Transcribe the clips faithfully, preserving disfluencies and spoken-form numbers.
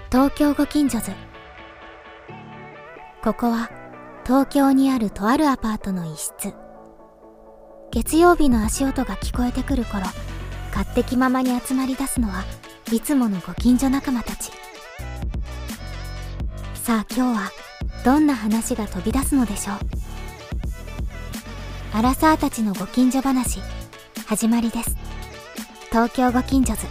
東京ご近所図。ここは東京にあるとあるアパートの一室。月曜日の足音が聞こえてくる頃、勝手気ままに集まり出すのはいつものご近所仲間たち。さあ今日はどんな話が飛び出すのでしょう。アラサーたちのご近所話、始まりです。東京ご近所図。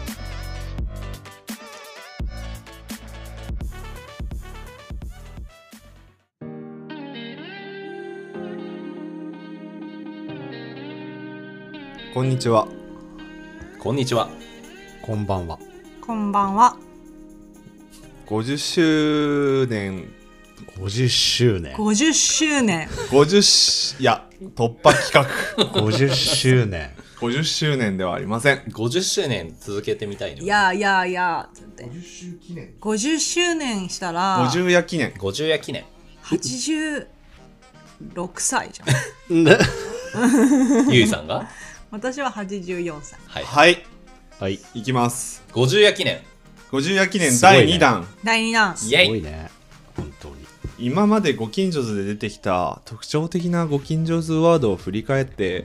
こんにちは。 こんにちは。 こんばんは。 こんばんは。 ごじゅっしゅうねんごじゅっしゅうねんごじゅっしゅうねんごじゅうしいや突破企画ごじゅっしゅうねんごじゅっしゅうねんではありません。 ごじゅっしゅうねん続けてみたいね。 いやいやいやごじゅっしゅう記念ごじゅっしゅうねんしたらごじゅう夜記念ごじゅう夜記念はちじゅうろくさいじゃんゆいさんが私ははちじゅうよんさい。 はい、 はいはい、 いきます。 ごじゅう夜記念ごじゅう夜記念だいにだん、 ね、だいにだんイエイ。 すごいね、本当に。 今までご近所図で出てきた特徴的なご近所図ワードを振り返って、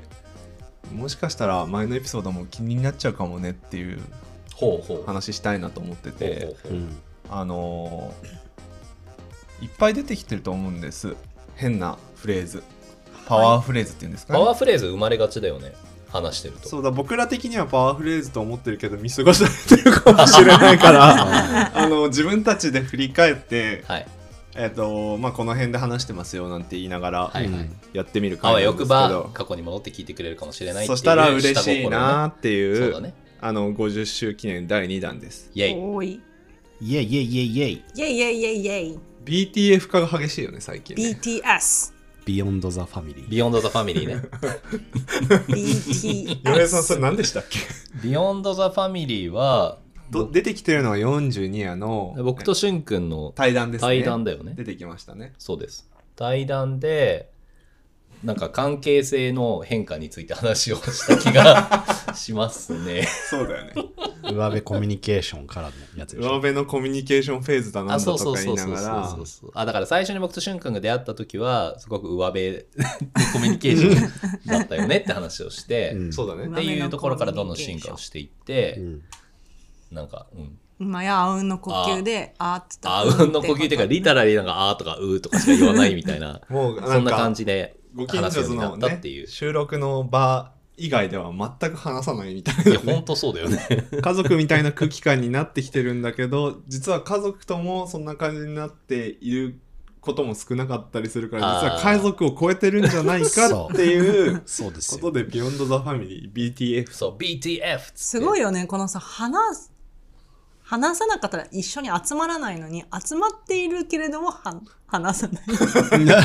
もしかしたら前のエピソードも気になっちゃうかもねっていうほうほう話したいなと思ってて、 ほうほうほう、 うん、 あのー、いっぱい出てきてると思うんです。変なフレーズ、パワーフレーズっていうんですかね、 パワーフレーズ生まれがちだよね、話してると。 そうだ、僕ら的にはパワーフレーズと思ってるけど見過ごされてるかもしれないからあの自分たちで振り返って、 はい、 えーとまあ、この辺で話してますよなんて言いながらはいはい、 やってみるあわよく感じなんですけど、 ば過去に戻って聞いてくれるかもしれないっていうそしたら嬉しいなっていう、 そうだね、 あのごじゅっしゅう記念だいにだんです。 イエイ。 おいイエイイエイイエイイエイ。 イエイイエイイエイイエイビーティーエフ 化が激しいよね最近ね。 ビーティーエスビヨンドザファミリー。 ビヨンドザファミリーねビーティーエスヨネさんそれ何でしたっけビヨンドザファミリーはど出てきてるのはよんじゅうにやの僕としゅんくんの対談ですね。 対談だよね。 出てきましたね。 そうです。対談でなんか関係性の変化について話をした気がしますね。 そうだよね。 上辺コミュニケーションからのやつでしょ。 上辺のコミュニケーションフェーズだなんだとか言いながら、 そうそう。あ、だから最初に僕としゅんくんが出会った時はすごく上辺のコミュニケーションだったよねって話をして、 うん、 そうだね。 っていうところからどんどん進化をしていって、 うん、 なんか、うん。 今やあうんの呼吸であーって言ったあうんの呼吸っていうかリタラリーなんかあーとかうーとかしか言わないみたいなもうなんかそんな感じでご近話す所図のようになったっていう、 ね、収録の場以外では全く話さないみたいな、ね、 いや本当そうだよね家族みたいな空気感になってきてるんだけど、実は家族ともそんな感じになっていることも少なかったりするから、実は家族を超えてるんじゃないかっていうことでビヨンドザファミリー ビーティーエフそう ビーティーエフすごいよね。このさ、話す話さなかったら一緒に集まらないのに集まっているけれどもは話さない確かにね。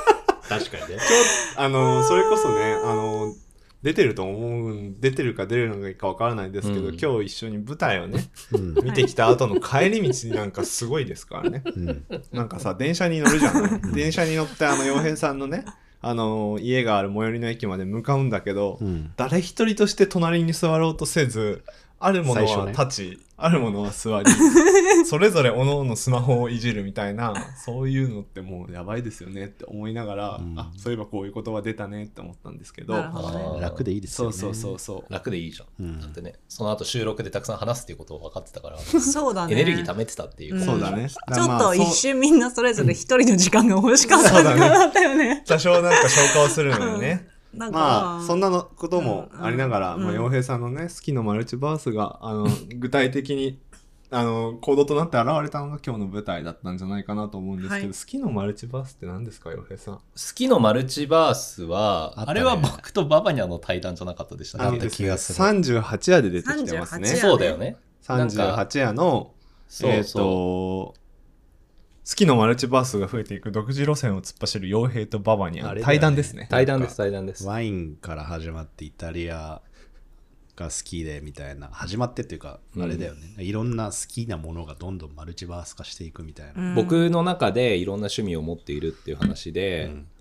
あのそれこそね、あの出てると思うん出てるか出るのがいいかわからないですけど、うん、今日一緒に舞台をね、うん、見てきた後の帰り道なんかすごいですからね、うん、なんかさ電車に乗るじゃない電車に乗ってあの洋平さんのねあの家がある最寄りの駅まで向かうんだけど、うん、誰一人として隣に座ろうとせず、あるものは立ち、ね、あるものは座りそれぞれおのおのスマホをいじるみたいな、そういうのってもうやばいですよねって思いながら、うん、あ、そういえばこういう言葉出たねって思ったんですけど、 ね、楽でいいですよね。 そうそうそうそう楽でいいじゃん、うん、だってね、その後収録でたくさん話すっていうことを分かってたからそうだね、 エネルギー貯めてたっていう、 うん、そうだね。 ちょっと一瞬みんなそれぞれ一人の時間が欲しかったからだったよね。 多少なんか消化をするのよねまあそんなのこともありながら、うんうん、まあ、洋平さんのね好きのマルチバースがあの具体的にあの行動となって現れたのが今日の舞台だったんじゃないかなと思うんですけど、はい、好きのマルチバースって何ですか洋平さん。 好きのマルチバースは あ,、ね、あれは僕とババニャの対談じゃなかったでしたね。 あのですね、さんじゅうはちわで出てきてますね。 そうだよね。 さんじゅうはちわのそうそう、えーと好きのマルチバースが増えていく独自路線を突っ走る傭兵とババニャ、ね、対談ですね。 対談です対談です。 ワインから始まってイタリアが好きでみたいな、始まってっていうかあれだよね、うん、いろんな好きなものがどんどんマルチバース化していくみたいな、 うん、僕の中でいろんな趣味を持っているっていう話で、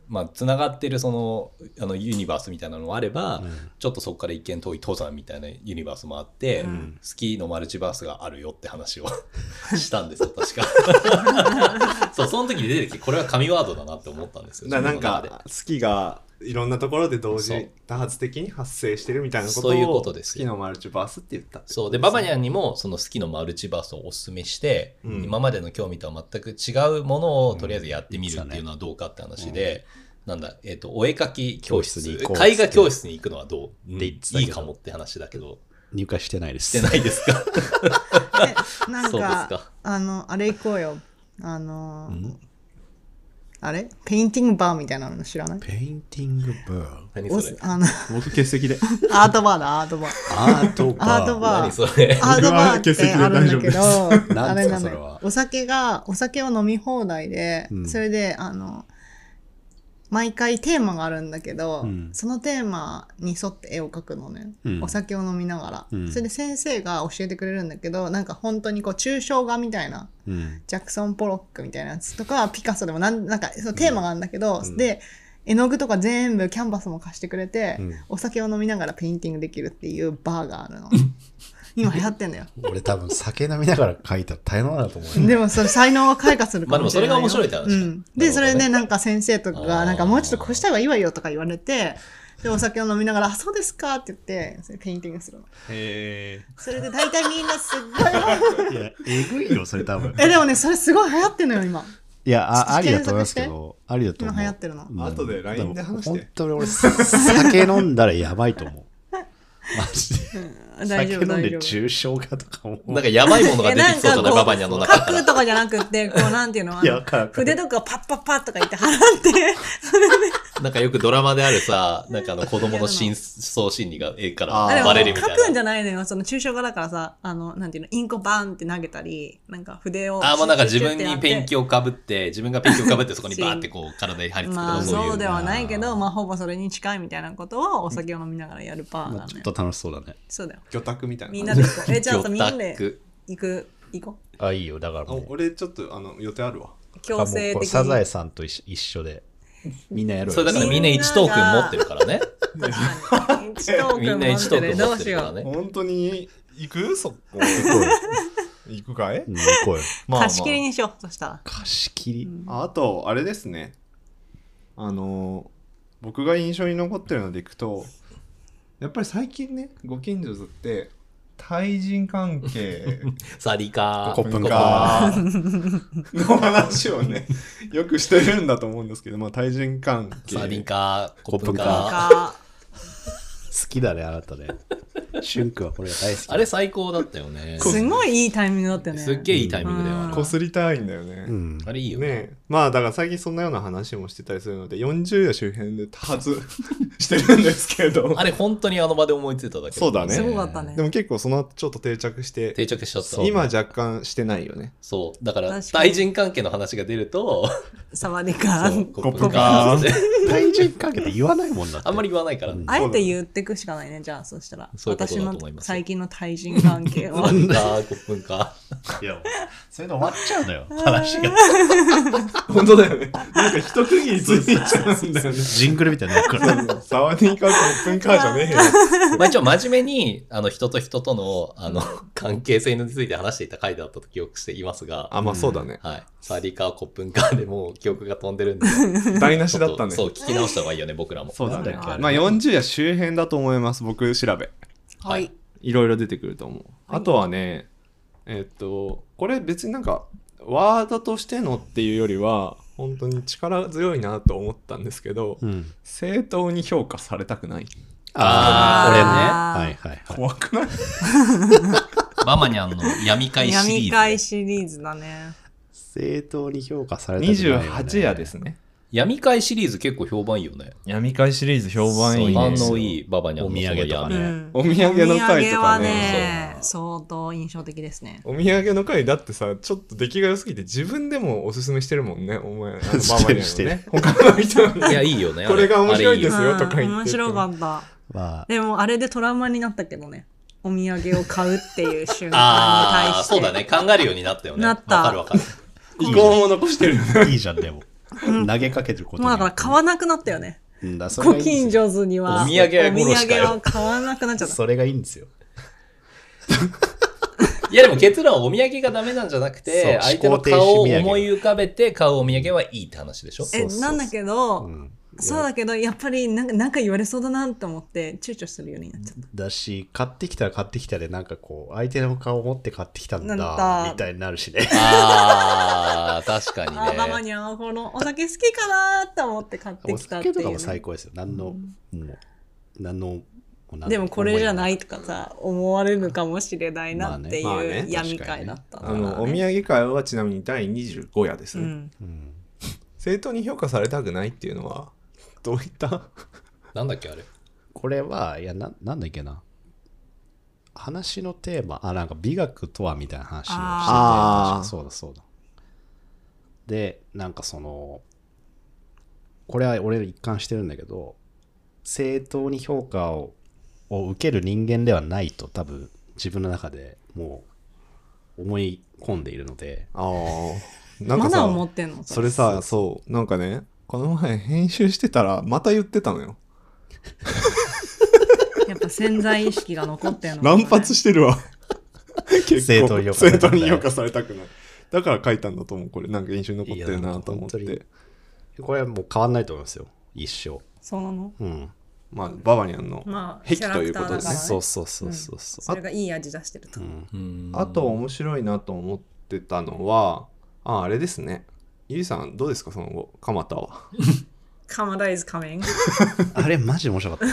まあ、つながってるそのあのユニバースみたいなのもあれば、 うん、 ちょっとそこから一見遠い登山みたいなユニバースもあって、 うん、 スキーのマルチバースがあるよって話をしたんですよ確かそうその時に出てきてこれは神ワードだなって思ったんですよ。 だなんかスキーがいろんなところで同時多発的に発生してるみたいなことをそういうことですよ。 スキのマルチバースって言ったって、ね、 そうでババニャンにもそのスキのマルチバースをおすすめして、うん、今までの興味とは全く違うものをとりあえずやってみるっていうのはどうかって話で、うん、なんだ、えーと、お絵描き教室に行こう、絵画教室に行くのはどう、うん、いいかもって話だけど入会してないです。 してないですかえなんかそうですか。あのあれ行こうよ、あのーうんあれペインティングバーみたいなの知らない？ ペインティングバー何それ？ あの僕欠席でアートバーだアートバーアートバーアートバー何それ？ アートバーってあるんだけどあれなのよ。お酒がお酒を飲み放題で、 うん、 それであの毎回テーマがあるんだけど、うん、そのテーマに沿って絵を描くのね、うん、お酒を飲みながら、うん、それで先生が教えてくれるんだけどなんか本当にこう抽象画みたいな、うん、ジャクソン・ポロックみたいなやつとかピカソでもなん、なんかそのテーマがあるんだけど、うん、で絵の具とか全部キャンバスも貸してくれて、うん、お酒を飲みながらペインティングできるっていうバーがあるの今流行ってんだよ。 俺多分酒飲みながら描いたら大変だと思う。 でもそれ才能が開花するかもしれない。 まあでもそれが面白いって話か、うん、 でそれでなんか先生とかがなんかもうちょっとこうした方がいいわよとか言われてでお酒を飲みながらあそうですかって言ってそれペインティングするの。 へー。 それで大体みんなすっごいいやえぐいよそれ多分。 えでもねそれすごい流行ってんのよ今。 いや あ, ありだと思いますけどありだと思う。 今流行ってるの。 後で ライン で話して。 本当に俺酒飲んだらやばいと思う。マジで、 うん、大丈夫酒飲んで重症化とかもなんかやばいものが出てきそうじゃないババニャンの中から。 書くとかじゃなくてこうなんていうのあの筆とかパッパッパッとか言って払ってそれでなんかよくドラマであるさなんかあの子供の深層心理が絵からバレるみたいな。 書くんじゃないのよその抽象画だからさあのなんていうのインコバーンって投げたりなんか筆をあもうなんか自分にペンキをかぶって自分がペンキをかぶってそこにバーってこう体に貼り付けるまあそうではないけどまあほぼそれに近いみたいなことをお酒を飲みながらやるバーなのよ。 ちょっと楽しそうだね。 そうだよ。 魚拓みたいな。 みんなで行こう。え、じゃあさ、みんなで行く、行こう。あ、いいよ。だからもう。 俺ちょっとあの予定あるわ。 強制的に。 サザエさんと一緒で。みんなやろうよ。 それだからみんないちトークン持ってるからね。 みんないちトークン持ってるからね。 本当に行くそこ。行くかい、 うん、行こうよ。 まあまあ、貸し切りにしよう。そしたら。 貸し切り、うん、 あ, あと、あれですね。あの、僕が印象に残ってるのでいくと、やっぱり最近ね、ご近所図って対人関係サリカーコップンカーの話をねよくしてるんだと思うんですけど、まあ、対人関係サリカーコップンカー好きだねあなたね。シュンクはこれが大好き。 あれ最高だったよね。 すごいいいタイミングだったよね。 すっげえいいタイミングだよ。 こすりたいんだよね、 うん、 あれいいよね。 ねまあだから最近そんなような話もしてたりするのでよんじゅう代周辺で多発してるんですけどあれ本当にあの場で思いついただけ。 そうだね。 すごかったね。 でも結構その後ちょっと定着して定着しちゃった。 今若干してないよね。 そうだから対人関係の話が出るとサワディカーコップンカー対人関係って言わないもんだって。 あんまり言わないから、ね、 あえて言ってくしかないね。じゃあそしたらそういうことだと思います。 私の最近の対人関係をサリカーコップンカーいやそれで終わっちゃうのよ話が本当だよね。なんか一区切りついちゃうんだよね。 ジングルみたいなサワディーカーコップンカーじゃねえよ。 まあ一応真面目にあの人と人とのあの関係性について話していた回だったと記憶していますが、 あまあそうだね、 はい、サリカーコップンカーでもう記憶が飛んでるんで台無しだったね。 そう聞き直した方がいいよね僕らも。 そうだね。まあよんじゅう代周辺だと思います僕調べ。 はい。 いろいろ出てくると思う。あとはねえー、っとこれ別になんかワードとしてのっていうよりは本当に力強いなと思ったんですけど、うん、正当に評価されたくない。 ああ、俺ね。はいはいはい。 怖くない？ バマニャンの闇会シリーズ。 闇会シリーズだね。 正当に評価されたくないよね。 にじゅうはち夜ですね。 闇会シリーズ結構評判いいよね。 闇会シリーズ評判いいね。 反応いいババニャンのお土産とかね、うん、 お土産の回とかね、 ね相当印象的ですね。 お土産の回だってさちょっと出来が良すぎて自分でもおすすめしてるもんね。お前あのババニャンのね他の人にいやいいよね。 これが面白いんですよとか言って、 面白かった、まあ、でもあれでトラウマになったけどね。お土産を買うっていう瞬間に対してあそうだね考えるようになったよね。 なった。 わかるわかる。 遺恨を残してる。 いいじゃんでも投げかけてることにもうだから買わなくなったよね。 うんだそれがごいいんですよ近所図にはお土産は殺しかよお土産は買わなくなっちゃった。 それがいいんですよ。 いやでも結論はお土産がダメなんじゃなくて、 そう相手の顔を思い浮かべて買うお土産はいいって話でしょ。 え、 そうそうなんだけど、 うんそうだけど、やっぱりなんかなんか言われそうだなと思って躊躇するようになっちゃった。 だし買ってきたら買ってきたでなんかこう相手の顔を持って買ってきたんだなんだみたいになるしね。 あー、確かにあ、ママね。 にはこのお酒好きかなと思って買っておきたっていう、ね。 酒とかも最高ですよ。何の、もう何のでもこれじゃないいとかさ思われるかもしれないなってまあねいう闇会だったあのお土産会はちなみにだいにじゅうご夜ですね、 うん、 うん正当に評価されたくないっていうのはどういったなんだっけあれ。 これはいやななんだっけな話のテーマあなんか美学とはみたいな話をしててあー確かそうだそうだでなんかそのこれは俺一貫してるんだけど正当に評価をを受ける人間ではないと多分自分の中でもう思い込んでいるのでああなんかさまだ思ってんのそれさそうなんかねこの前編集してたらまた言ってたのよやっぱ潜在意識が残ってんのかな乱発してるわ結構正当に評価されたくない正当に評価されたくないだから書いたんだと思うこれなんか印象に残ってるなと思っいやなんてこれはもう変わんないと思いますよ一生そうなのうんまあババニャンのまあ癖ということですねキャラクターだからねそうそうそうそうそうそれがいい味出してると、 うんうんあと面白いなと思ってたのはああれですねゆいさんどうですかその後蒲田は鎌田 is coming あれマジ面白かった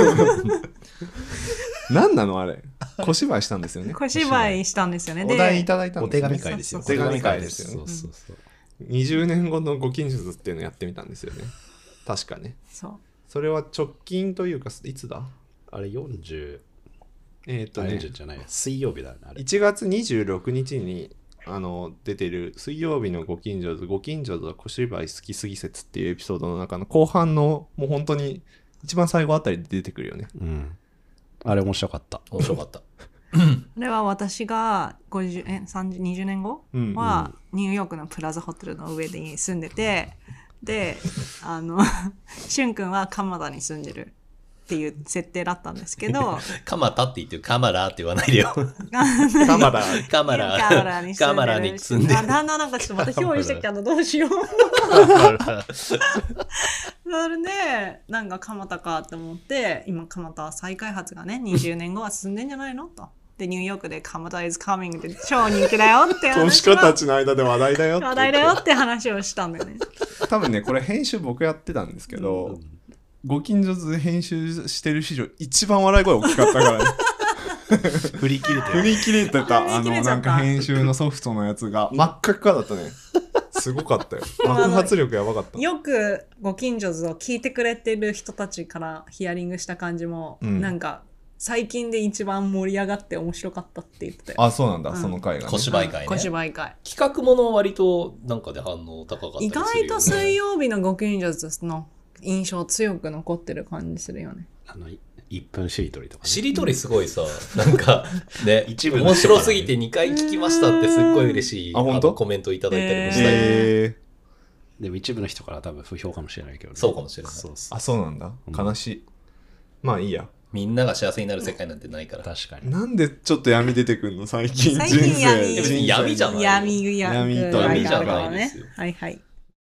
何なのあれ小芝居したんですよね小芝居したんですよね。 お題いでただいたんおですよね手紙会ですよお手紙会ですよねそうそうそうにじゅうねんごのご近所図っていうのをやってみたんですよね確かねそうそれは直近というかいつだあれよんじゅうあえっとねよんじゅうじゃない水曜日だねあれいちがつにじゅうろくにちにあの出てる水曜日のご近所図ご近所図は小芝居好きすぎ説っていうエピソードの中の後半のもう本当に一番最後あたりで出てくるよねうんあれ面白かった面白かった。 これは私がごじゅうえさんじゅうにじゅうねんごうんはニューヨークのプラザホテルの上に住んでて、であのしゅんくんは蒲田に住んでるっていう設定だったんですけど蒲田って言ってるカマラって言わないでよ。 蒲田カマラ。 カマラに住んでるカマラに住んでるあだんだんなんかちょっとまた憑依してきたのどうしようそれでなんか蒲田かって思って今蒲田再開発がねにじゅうねんごは進んでんじゃないのとでニューヨークで蒲田 is coming って超人気だよって投資話を家たちの間で話題だよって話題だよって話をしたんだよね多分ねこれ編集僕やってたんですけど、ご近所図編集してる史上一番笑い声大きかったからね振り切れて振り切れてたあの振り切れちゃったなんか編集のソフトのやつが真っ赤っかだったねすごかったよ爆発力やばかったよくご近所図を聞いてくれてる人たちからヒアリングした感じも、 うんなんか最近で一番盛り上がって面白かったって言ってたよあそうなんだ、 うんその回が、ね、 小芝居会ね。 小芝居会企画もの割となんかで反応高かったり意するよね。 外と水曜日のご近所図の印象強く残ってる感じするよねあのいいっぷんしりとりとかねしりとりすごいさ、なんかね、 一部の面白すぎてにかい聞きましたってすっごい嬉しいあ本当のコメントいただいたりもしたり、 えー、 でも一部の人から多分不評かもしれないけどねそうかもしれないそうそうあそうなんだ悲しい、まあいいやみんなが幸せになる世界なんてないから。 確かになんでちょっと闇出てくんの最近最近人生闇別に闇じゃない闇闇闇と闇じゃぐらないですよねはいはい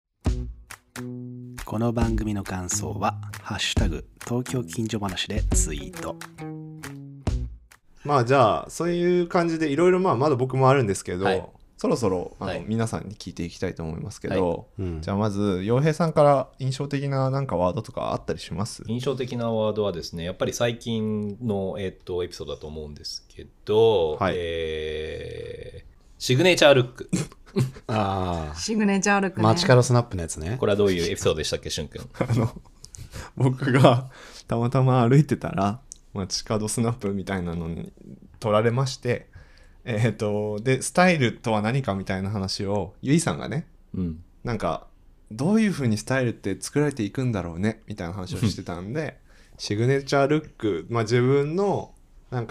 この番組の感想はハッシュタグ東京近所話でツイートまあじゃあそういう感じでいろいろまあまだ僕もあるんですけど、 はいそろそろあの、 はい皆さんに聞いていきたいと思いますけど、 うんじゃあまず洋平さんから印象的ななんかワードとかあったりします印象的なワードはですね、やっぱり最近の、えっとエピソードだと思うんですけど、 はいえーシグネチャールック。 あシグネチャールックあねマチカロスナップのやつねこれはどういうエピソードでしたっけ、しゅんくん。 あの僕がたまたま歩いてたら街角スナップみたいなのに撮られましてえっ、とでスタイルとは何かみたいな話をゆいさんがねうん。 なんかどういう風にスタイルって作られていくんだろうねみたいな話をしてたんでシグネチャールック、まあ、自分のなんかあ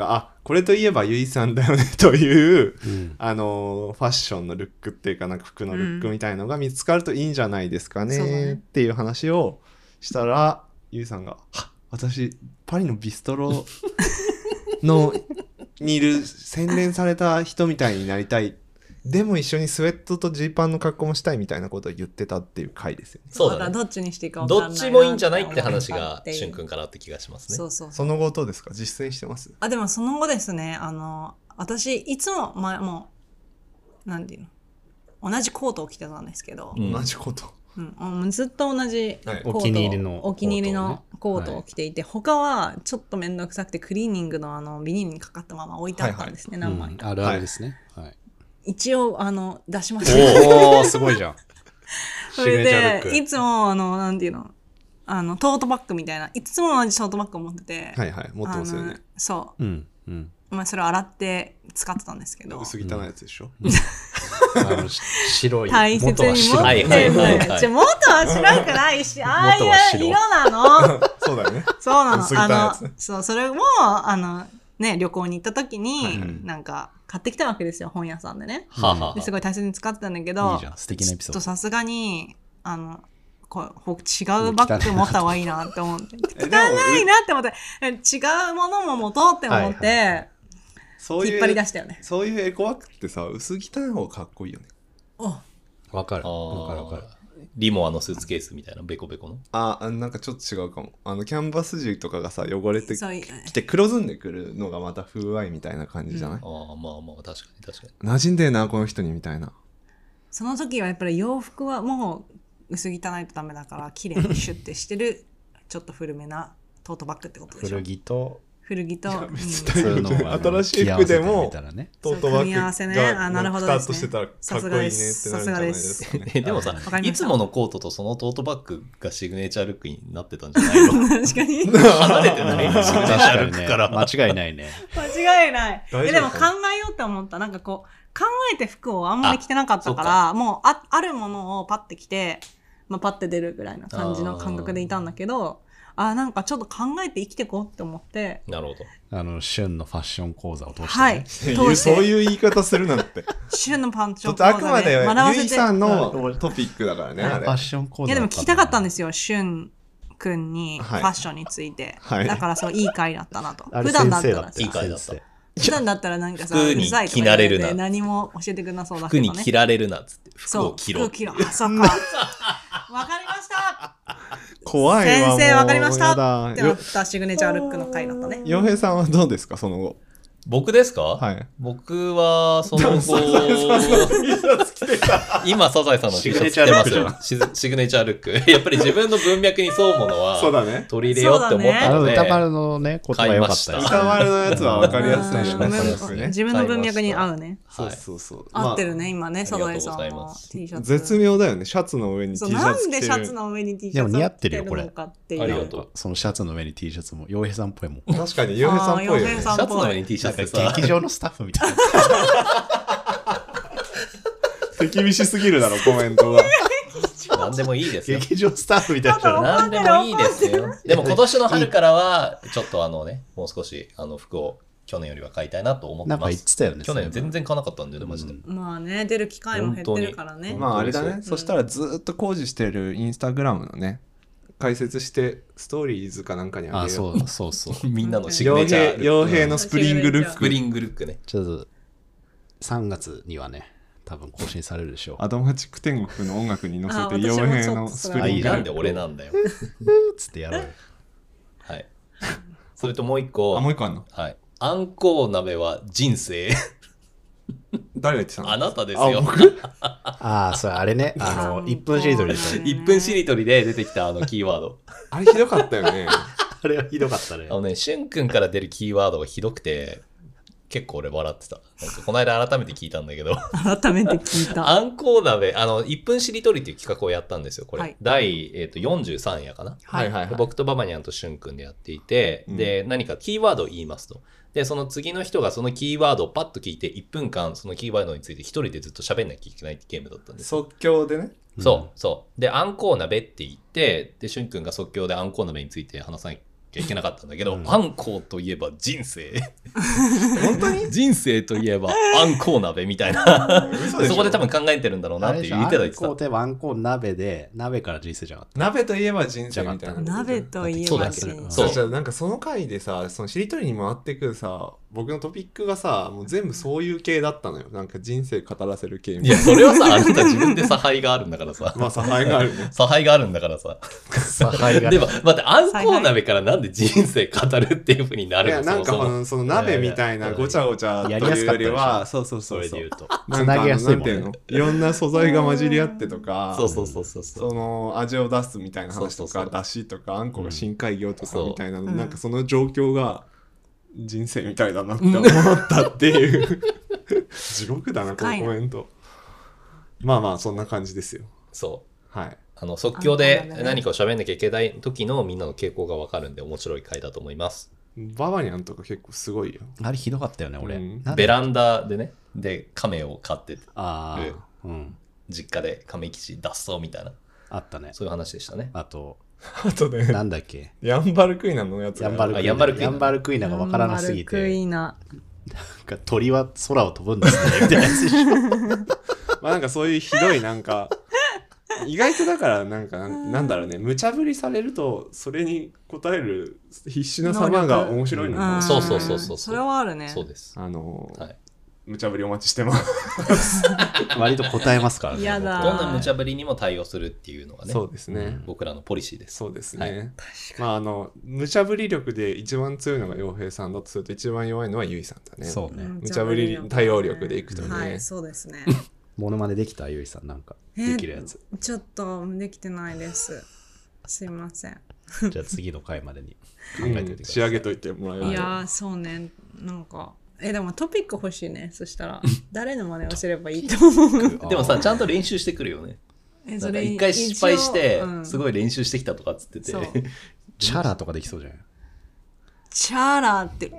これといえばゆいさんだよねという、 うん、 あのファッションのルックっていうかなんか服のルックみたいのが見つかるといいんじゃないですかね、うん、っていう話をしたらゆいさんが「は私パリのビストロのにいる洗練された人みたいになりたい」でも一緒にスウェットとジーパンの格好もしたいみたいなことを言ってたっていう回ですよね。 そうだね。 どっちにしていいか分かんないな。 どっちもいいんじゃないって話がしゅんくんからって気がしますね。 そうそうそう。 その後どうですか？実践してます？ あ、でもその後ですね、あの私いつも前もうなんていうの同じコートを着てたんですけど、 うん、同じコート。 うん、ずっと同じコート、はい、 お気に入りのお気に入りのコートを着ていて、はい、他はちょっと面倒くさくてクリーニングのあのビニールにかかったまま置いてあったんですね、はいはい、何枚か、 うん、あるあるですね、はい、 一応あの出しました。 おおすごいじゃん。 それでいつもあのなんていうのあのトートバッグみたいないつも同じトートバッグを持ってて、 はいはい持ってますよね。 そう、 うんうんまあ、それを洗って使ってたんですけど薄汚いやつでしょ、 うん、あの白い大切に持ってる、 はいはいはいはい、 じゃ元は白くないしああいう色なのそうだねそうなのあのそうそれもあのね旅行に行った時に、うん、なんか買ってきたわけですよ本屋さんでね、 うん、 ですごい大切に使ってたんだけどいいじゃん素敵なエピソード。 ちょっとさすがにあのこう違うバッグ持った方がいいなって思って汚いなって思って違うものも持とうって思って、はいはい、そういう引っ張り出したよね。 そういうエコバッグってさ薄汚い方がかっこいいよね。 わかるわかるわかる。 リモアのスーツケースみたいなベコベコのああなんかちょっと違うかも。あのキャンバス地とかがさ汚れてきて黒ずんでくるのがまた風合いみたいな感じじゃない、うん、 ああまあまあ確かに確かに馴染んでえなこの人にみたいな。 その時はやっぱり洋服はもう薄汚いとダメだから綺麗にシュッてしてるちょっと古めなトートバッグってことでしょ。 古着と古着と、うん、 新しい服でもトートバッグがピタッとしてたらかっこいいねってなるんじゃないですかね。 でもさいつものコートとそのトートバッグがシグネチャールックになってたんじゃないの？ 確かに離れてないシグネチャールックから、 ね、間違いないね。 間違いない。えでも考えようって思った。なんかこう考えて服をあんまり着てなかったからもう あ, あるものをパッて着て、まあ、パッて出るぐらいな感じの感覚でいたんだけどあなんかちょっと考えて生きていこうって思って。 なるほど。 あの旬のファッション講座を通して、ね、 はい通してそういう言い方するなんて旬のファッション講座であくまでゆいさんのトピックだからね、 あれファッション講座いやでも聞きたかったんですよ旬くんにファッションについて、はい、だからそういい回だったなと。普段だったらいい回だった普段だったらなんかさ服に着られるな何も教えてくれなそうだけどね。 服に着られるなっつって服を着ろ。 服を着ろ。あそっか。わかりました。 怖いわ。 先生わかりましたってなったシグネチャールックの回だったね。 洋平さんはどうですかその後。 僕ですか？はい。僕はその後今サザエさんの T シャツ着てますよ。シグネチャールック。やっぱり自分の文脈に沿うものは取り入れようって思ったので、 歌丸のね言葉良かったよ。 歌丸のやつは分かりやすいよね。自分の文脈に合うね。 そうそうそう。 合ってるね今ねサザエさんの T シャツ。 絶妙だよね。シャツの上に T シャツ着てる。 なんでシャツの上に T シャツ着てるのかっていう。 ありがとう。 そのシャツの上に T シャツも洋平さんっぽいもん。 確かに洋平さんっぽいよね。 シャツの上に T シャツさ。 劇場のスタッフみたいな。 手厳しすぎるだろコメントが。 何でもいいですよ。 劇場スタッフみたいな。 何でもいいですよ。でも今年の春からはちょっとあのねもう少しあの服を去年よりは買いたいなと思ってます。 なんか言ってたよね。 去年全然買わなかったんだよねマジで。 まあね出る機会も減ってるからね。 まああれだね。そしたらずっと工事してるインスタグラムのね。解説してストーリーズかなんかにあげよう。 あ、そうそうそう。 みんなのシグネチャー傭兵のスプリングルック。 スプリングルックね。 ちょっとさんがつにはね、多分更新されるでしょう。 アドマチック天国の音楽に乗せて傭兵のスプリングルック。 なんで俺なんだよ。 つってやろうよ。 はい。それともう一個。 あ、もう一個あんの？ はい。あんこう鍋は人生。 誰が言ってたの？ あなたですよ。 ああ、それあれね。あの、いっぷんしりとりでしょ。 いっぷんしりとりで出てきたあのキーワード。 あれひどかったよね。 あれはひどかったね。 あのね、しゅんくんから出るキーワードがひどくて、結構俺笑ってた。なんかこの間改めて聞いたんだけど。 改めて聞いた。 あんこう鍋、あの、いっぷんしりとりっていう企画をやったんですよ、これ。はい、だい、えーと、よんじゅうさんやかな。 はいはいはい。 僕とババニャンとしゅんくんでやっていて、うん、で、何かキーワードを言いますと。で、その次の人がそのキーワードをパッと聞いて、いっぷんかんそのキーワードについて一人でずっと喋んなきゃいけないってゲームだったんですよ。 即興でね。 そう、そう。で、あんこう鍋って言って、で、しゅんくんが即興であんこう鍋について話さなきゃいけなかったんだけど、うん、あんこうといえば人生本当に人生といえばあんこう鍋みたいなそこで多分考えてるんだろうなって言ってた。 あんこうといえばあんこう鍋で鍋から人生じゃなかった。 鍋といえば人生みたいな。 鍋といえば人生。 そうじゃあなんかその回でさ、そのしりとりに回ってくるさ、僕のトピックがさ、もう全部そういう系だったのよ。なんか人生語らせる系みたいな。 いやそれはさ、あなた自分で差配があるんだからさ。 まあ差配があるね。 差配があるんだからさ。 差配が。 でも待って、あんこう鍋からなんで人生語るっていう風になるの？ いやなんかその、その鍋みたいなごちゃごちゃというよりは、そうそうそうそう。 つなぎやすいもんね。 なんていうの？いろんな素材が混じり合ってとか、 そうそうそうそう。 その味を出すみたいな話とか、だしとかあんこが深海魚とかみたいな、なんかその状況が人生みたいだなって思ったっていう地獄だなこのコメント。まあまあそんな感じですよ。 そうはい。 あの即興で何かを喋んなきゃいけない時のみんなの傾向が分かるんで面白い回だと思います。 ババニャンとか結構すごいよ。 あれひどかったよね俺、うん、 ベランダでねで亀を飼ってる、 あ、うん、 実家で亀吉脱走みたいなあったね。 そういう話でしたね。 あとあとね、 なんだっけ、 ヤンバルクイナのやつヤンバルクイナ、ヤンバルクイナ、ヤンバルクイナが分からなすぎて、ヤンバルクイナなんか鳥は空を飛ぶんですねみたいなやつでしょまあなんかそういうひどいなんか意外とだからなんかなんだろうね、無茶ぶりされるとそれに応える必死な様が面白いのかも。 そうそうそうそう。 それはあるね。 そうです。 あのーはい、 無茶ぶりお待ちしてます割と答えますからね。 やだ。 どんな無茶ぶりにも対応するっていうのがね。 そうですね。 僕らのポリシーです。 そうですね。 はい、 まああの無茶ぶり力で一番強いのが洋平さんだとすると一番弱いのはゆいさんだね。 そうね。 無茶ぶり対応力でいくとね。 はい、そうですね。 モノマネできたゆいさんなんかできるやつ。 ちょっとできてないです。すいません。 じゃあ次の回までに考えておいてください。 うん、仕上げといてもらえる。 いやそうね、なんかえでもトピック欲しいね。そしたら誰の真似をすればいいと思う。 でもさちゃんと練習してくるよね。なんか一回失敗してすごい練習してきたとかっつってて、うん、 チャラとかできそうじゃない？ チャラって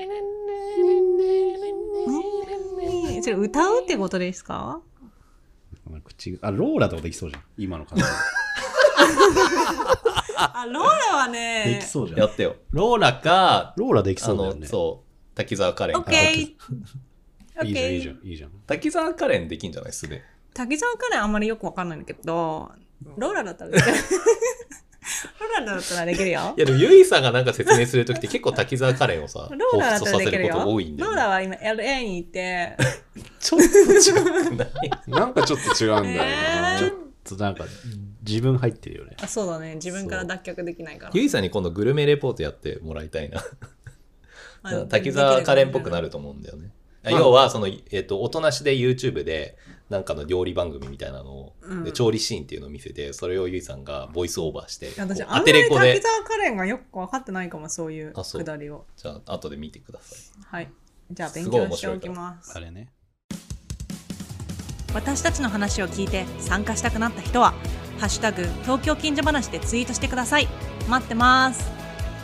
それ歌うってことですか？ 口あローラとかできそうじゃん今の感じあローラはねできそうじゃん。 やってよ。ローラかローラできそうだよね。 そう滝沢カレン。 オッケー。 いいじゃんいいじゃんいいじゃん。 滝沢カレンできんじゃない素で。 滝沢カレンあんまりよくわかんないんだけど、ローラだったらできる。ローラだったらできるよ。 いやでもゆいさんがなんか説明するときって結構滝沢カレンをさ、 ローラだったらできるよ。 彷彿とさせること多いんだよね。 ローラは今 エルエー にいて、 ちょっと違くない？ なんかちょっと違うんだよな。 えー、 ちょっとなんか自分入ってるよね。 あそうだね。自分から脱却できないから。 ゆいさんに今度グルメレポートやってもらいたいな。滝沢カレンっぽくなると思うんだよね。要はその、えーと、音なしで YouTube でなんかの料理番組みたいなのを、うん、で調理シーンっていうのを見せてそれをゆいさんがボイスオーバーして私あんまり滝沢カレンがよく分かってないかもそういうくだりを。 じゃあ後で見てください。 はいじゃあ勉強しておきます。 あれね。 私たちの話を聞いて参加したくなった人はハッシュタグ東京近所話でツイートしてください。待ってます。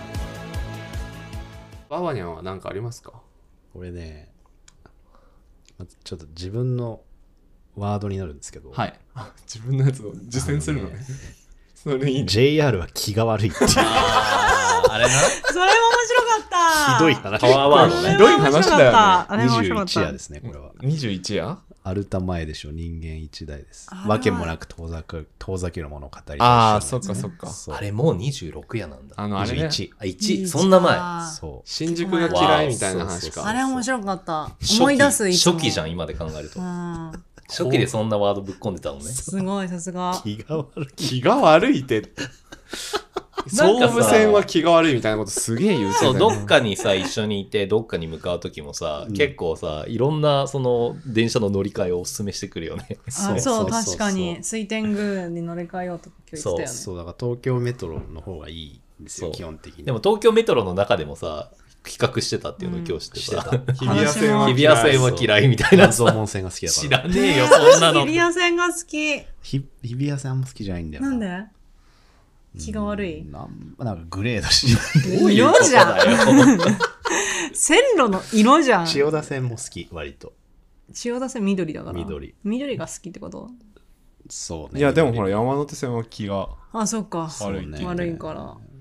ババニャンは何かありますか？ これねちょっと自分のワードになるんですけど、 はい、自分のやつを実践するのね。それいいね。 ジェイアール は気が悪いっていうああれな。 それも面白かった。 ひどい話。 パワーワードね。 ひどい話だよね。 にじゅういち夜ですねこれは。 にじゅういち夜？ アルタ前でしょ人間一代です。わけもなく遠ざく遠ざけるものを語り。 ああそっかそっか。 あれもうにじゅうろく夜なんだ。 あのあれね。 にじゅういち。あいちそんな前。 そう。 新宿が嫌いみたいな話か。 あれ面白かった。思い出すいつも。 初期じゃん今で考えると。初期でそんなワードぶっ込んでたのね。 すごいさすが。 気が悪い。 気が悪いって総武線は気が悪いみたいなことすげえ言うてたよね。 そうどっかにさ一緒にいてどっかに向かう時もさ、うん、結構さいろんなその電車の乗り換えをおすすめしてくるよね。 あそうそう確かに水天宮に乗り換えようとか言ってたよね。 そうそうだから東京メトロの方がいいんですよ基本的に。 でも東京メトロの中でもさ比較してたっていうのを今日知ってさ、うん、 日比谷線は日比谷線は嫌いみたいな。 半蔵門線が好きだから。 知らねえよそんなの。 日比谷線が好き。 日比谷線あんま好きじゃないんだよな。 なんで？気が悪い。 なんなんかグレーだし。 色じゃん。線路の色じゃん。 千代田線も好き割と。 千代田線緑だから。 緑。 緑が好きってこと？ そうね。 いやでもほら山手線は気があそっか悪い、 ね、悪いから。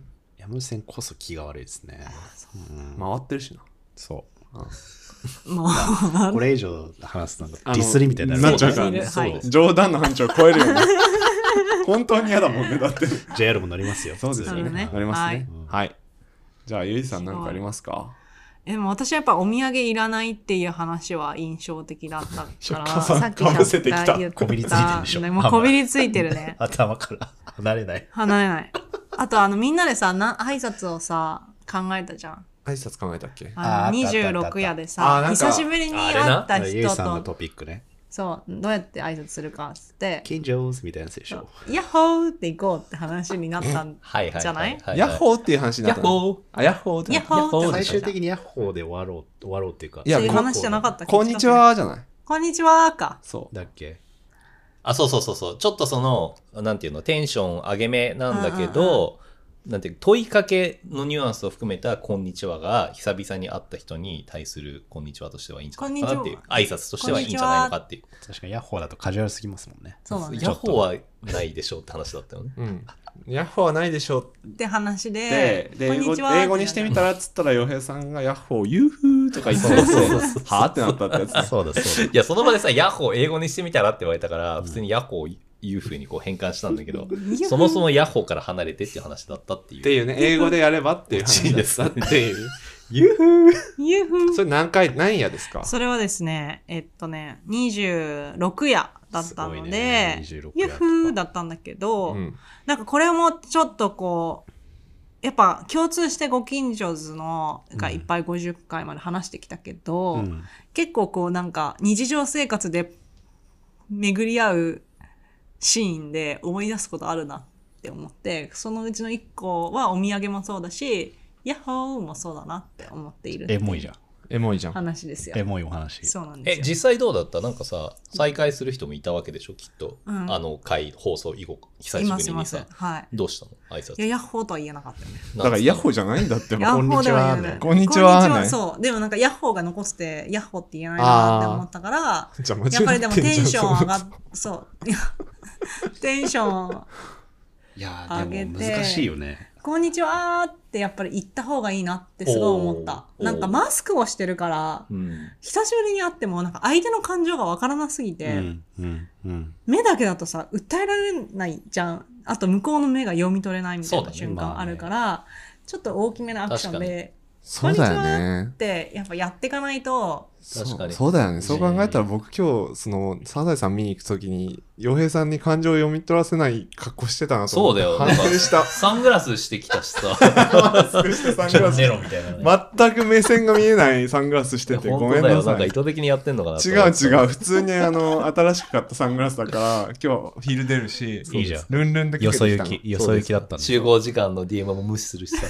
山口線こそ気が悪いですね。 うん、回ってるしな。 そう。 もうこれ以上話すのがディスりみたいになっちゃうからね。 はい、 冗談の範疇を超えるよね。本当に嫌だもんね、だって。 ジェイアール も乗りますよ。 そうですよね。乗りますね。はい。じゃあ、ゆいさん何かありますか？ でも私はやっぱお土産いらないっていう話は印象的だったから、 さっきかぶせてきた。 こびりついてるでしょ。 もうこびりついてるね。 頭から離れない。 離れない。あとあのみんなでさ、な挨拶をさ考えたじゃん。 挨拶考えたっけ？ あのにじゅうろく夜でさ、久しぶりに会った人と、 ゆいさんのトピックね。 そうどうやって挨拶するかっつって近所みたいなやつでしょ。 ヤッホーって行こうって話になったんじゃない？ ヤッホーっていう話になったの。あ、ヤッホーってヤッホーって最終的にヤッホーで終わろう終わろうっていうか、 いやそういう話じゃなかったっけ？ こんにちはじゃない。 こんにちはか。 そうだっけ。 あ、そうそうそうそう。ちょっとそのなんていうのテンション上げ目なんだけど、うんうんうん、なんていう問いかけのニュアンスを含めたこんにちはが久々に会った人に対するこんにちはとしてはいいんじゃないかなっていう、挨拶としてはいいんじゃないのかっていう。 確かにヤッホーだとカジュアルすぎますもんね。 そうなんです。 ヤッホーはないでしょうって話だったよね。 うん。ヤッホーはないでしょうって話で、 で、で英語、英語にしてみたらっつったら洋平さんがヤッホーユーフーとか言ってはぁってなったってやつ、ね。 そうだそうだ。 いやその場でさヤッホー英語にしてみたらって言われたから、うん、普通にヤッホーいう風にこう変換したんだけどそもそもヤッホーから離れてっていう話だったっていう。 っていうね、英語でやればっていう話です。 っていう。ユーフーユーフーそれ何回、何夜ですか？ それはですね、えっとね、にじゅうろく夜だったので、ね、ユーフーだったんだけど、うん、なんかこれもちょっとこう、やっぱ共通してご近所図のがいっぱいごじゅっかいまで話してきたけど、うん、結構こうなんか日常生活で巡り合うシーンで思い出すことあるなって思って、そのうちのいっこはお土産もそうだし、ヤッホーもそうだなって思っている。 エモいじゃん。 エモいじゃん。 話ですよ。 エモいお話。 そうなんですよ。 え、実際どうだった？なんかさ、再会する人もいたわけでしょ、きっと。うん、あの回放送以後、久しぶりにさ。いますいます。はい。どうしたの？挨拶。 いや、ヤッホーとは言えなかったよね。 だからヤッホーじゃないんだって。 ヤッホーでは言えない。 こんにちは。こんにちは。 そう。でもなんかヤッホーが残ってて、ヤッホーって言えないなって思ったから、やっぱりでもテンション上がっ、そう。テンションいやでも難しいよね。 こんにちはってやっぱり言った方がいいなってすごい思った。なんかマスクをしてるから、うん、久しぶりに会ってもなんか相手の感情がわからなすぎて、うんうんうん、目だけだとさ訴えられないじゃん。あと向こうの目が読み取れないみたいな瞬間あるから、ねまあね、ちょっと大きめなアクションでそうだよねってやっぱやっていかないと。 確かに そ, そうだよね。そう考えたら僕今日そのサザエさん見に行くときに洋平さんに感情を読み取らせない格好してたなと思って。 そうだよ。反省した。サングラスしてきたしさ。 マスクしてサングラス。ネロみたいな、ね。全く目線が見えないサングラスしててごめんなさい。 なんか意図的にやってんのかな。 違う違う。普通にあの新しく買ったサングラスだから今日昼出るし。 いいじゃん。 ルンルンでよそ行きよそ行きだったんで。 集合時間の ディーエム も無視するしさ。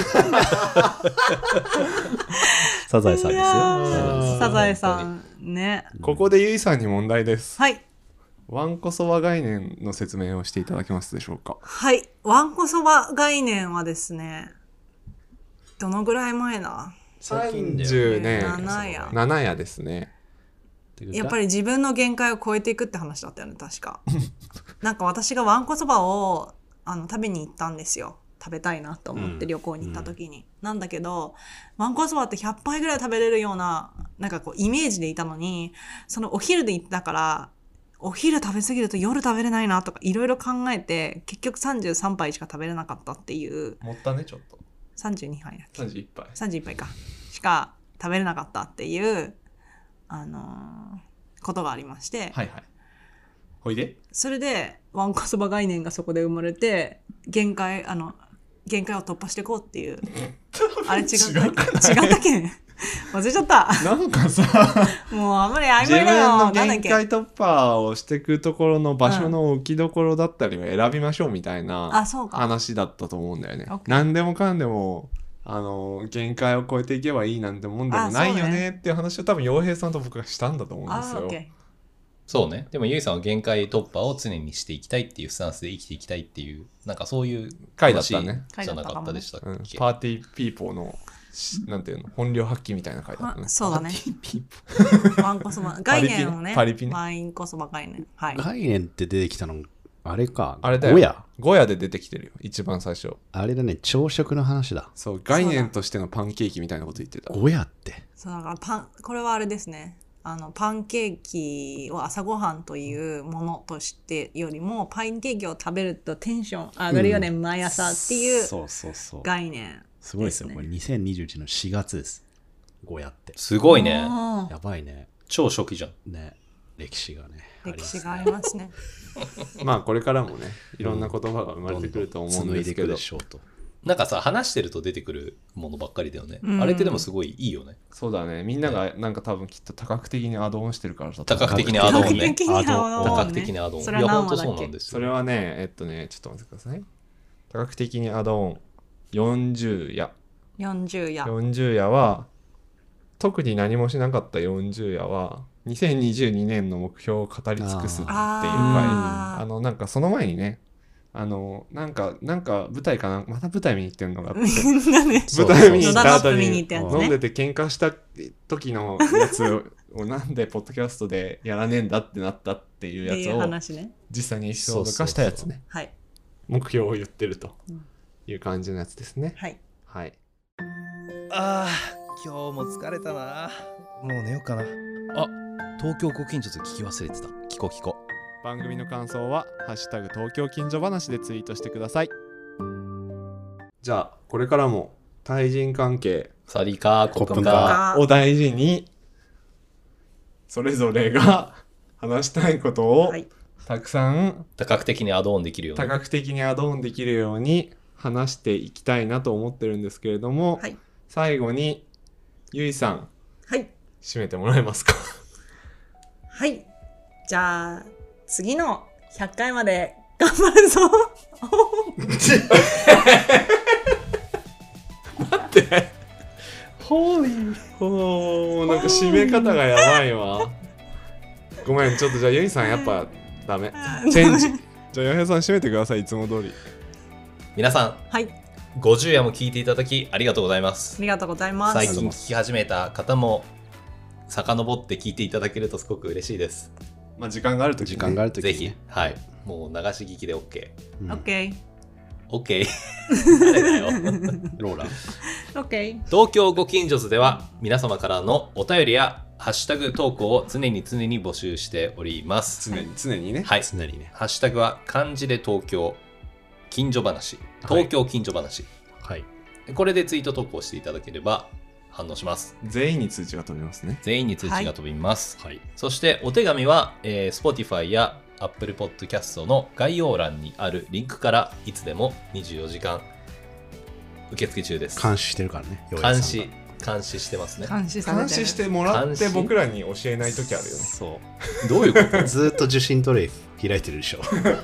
サザエさんですよ。 サザエさんね。 ここでゆいさんに問題です。 はい。 わんこそば概念の説明をしていただけますでしょうか。 はい。わんこそば概念はですね、どのぐらい前だ？ さんじゅうねん。 なな夜。 なな夜ですね。 やっぱり自分の限界を超えていくって話だったよね、確か。なんか私がわんこそばをあの食べに行ったんですよ。食べたいなと思って旅行に行った時に、うん、なんだけどわんこそばってひゃっぱいぐらい食べれるようななんかこうイメージでいたのに、そのお昼で行ったからお昼食べ過ぎると夜食べれないなとかいろいろ考えて結局さんじゅうさんぱいしか食べれなかったっていう。 もったねちょっと。 さんじゅうにはいだっけ。 さんじゅういっぱい。 さんじゅういっぱいかしか食べれなかったっていうあのー、ことがありまして。 はいはい。ほいでそれでわんこそば概念がそこで生まれて限界あの限界を突破していこうっていうあれ違う違ったっけ忘れちゃったなんかさもうあんまり曖昧だよ。 自分の限界突破をしていくところの場所の置きどころだったりを選びましょうみたいな話だったと思うんだよね。何でもかんでもあの限界を超えていけばいいなんてもんでもないよねっていう話を多分洋平さんと僕がしたんだと思うんですよ。 そうね。でもゆいさんは限界突破を常にしていきたいっていうスタンスで生きていきたいっていうなんかそういう回だったね。 じゃなかったでしたっけ、うん、 パーティーピーポーのなんていうの本領発揮みたいな回だったね。 そうだね。ワンコそば概念をね。 パリピね。 ワインコそば概念。はい。 概念って出てきたのあれか。 あれだよ。 ゴヤゴヤで出てきてるよ、一番最初。 あれだね、朝食の話だ。 そう、概念としてのパンケーキみたいなこと言ってた。 ゴヤって。 そうだからパン、これはあれですね。あのパンケーキを朝ごはんというものとしてよりも、パンケーキを食べるとテンション上がるよね、うん、毎朝っていう概念。 すごいですよ。これにせんにじゅういちのしがつです。ゴヤって。 すごいね。 やばいね。 超初期じゃん。 ね。歴史がね。 歴史がありますね。 まあこれからもね、いろんな言葉が生まれてくると思うんですけど。 なんかさ、話してると出てくるものばっかりだよね、うん、あれってでもすごいいいよね。 そうだね。みんながなんか多分きっと多角的にアドオンしてるからさ。 多角的にアドオンね。 多角的にアドオン。いや本当そうなんですよ。 それはね、えっとね、ちょっと待ってください。多角的にアドオンよんじゅうや。 よんじゅうや。 よんじゅうやは特に何もしなかったよんじゅうやはにせんにじゅうにねんの目標を語り尽くすっていう回。あ, あのなんかその前にね。あのなんかなんか舞台かな、また舞台見に行ってんのがあって舞台見に行った後に飲んでて喧嘩した時のやつをなんでポッドキャストでやらねえんだってなったっていうやつを実際にエピソード化したやつね。目標を言ってるという感じのやつですね。 はい、 はい、 あー今日も疲れたな。もう寝ようかな。あ、東京ご近所と聞き忘れてた。聞こ聞こ。 番組の感想はハッシュタグ東京近所話でツイートしてください。じゃあこれからも対人関係サリカーコップカーを大事にそれぞれが話したいことをたくさん多角的にアドオンできるように多角的にアドオンできるように話していきたいなと思ってるんですけれども、はい、最後にゆいさん、 はい、 締めてもらえますか。 はい、じゃあ次のひゃっかいまで頑張るぞ。 待ってホーリーほー、なんか締め方がやばいわ。ごめん、ちょっとじゃあゆいさんやっぱダメチェンジ。じゃあよへいさん締めてください、いつも通り。 皆さん、 はい、 ごじゅうやも聞いていただきありがとうございます。 ありがとうございます。 最近聞き始めた方も遡って聞いていただけるとすごく嬉しいです。 まあ時間があるとき、ね、 時間があるとき、ね、 ぜひ、はい、もう流し聞きで OK。 うん、OK。 OK。誰だよ。 ローラ。 OK。 東京ご近所図では皆様からのお便りやハッシュタグ投稿を常に常に募集しております。 常に常にね。 はい。 常にね。 ハッシュタグは漢字で東京近所話、東京近所話。 はい。 これでツイート投稿していただければ反応します。 全員に通知が飛びますね。 全員に通知が飛びます。 はい。 そしてお手紙は、えー、Spotify や Apple Podcast の概要欄にあるリンクからいつでもにじゅうよじかん受付中です。 監視してるからね。 監視監視してますね。 監視されてる。 監視してもらって僕らに教えない時あるよね。 そう。 どういうこと？ ずっと受信トレイ開いてるでしょ。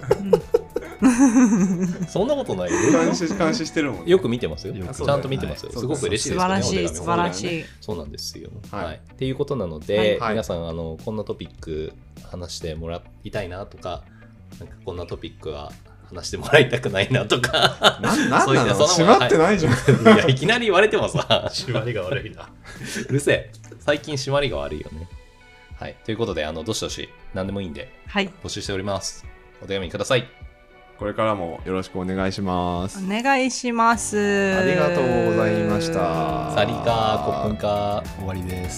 そんなことないよ。 監視監視してるもん、ね。 よく見てますよ。ちゃんと見てますよ。はい、すごく嬉しいですよね。 素晴らしい素晴らしい。 そうなんですよ。 はい。 はい、っていうことなので、 はい、 皆さんあのこんなトピック話してもらいたいなとか、なんかこんなトピックは話してもらいたくないなとか。 な、なんなの？閉まってないじゃん。 はい、いやいきなり言われてもさ、 締まりが悪いな。 うるせえ。最近締まりが悪いよね。はい。ということで、あのどしどし何でもいいんで、 はい、 募集しております。お手紙ください。 これからもよろしくお願いします。 お願いします。 ありがとうございました。 サリカーコップンカー終わりです。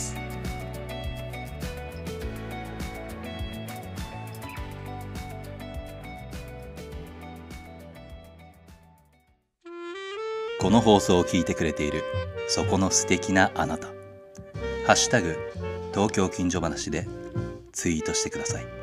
この放送を聞いてくれているそこの素敵なあなた、ハッシュタグ東京近所話でツイートしてください。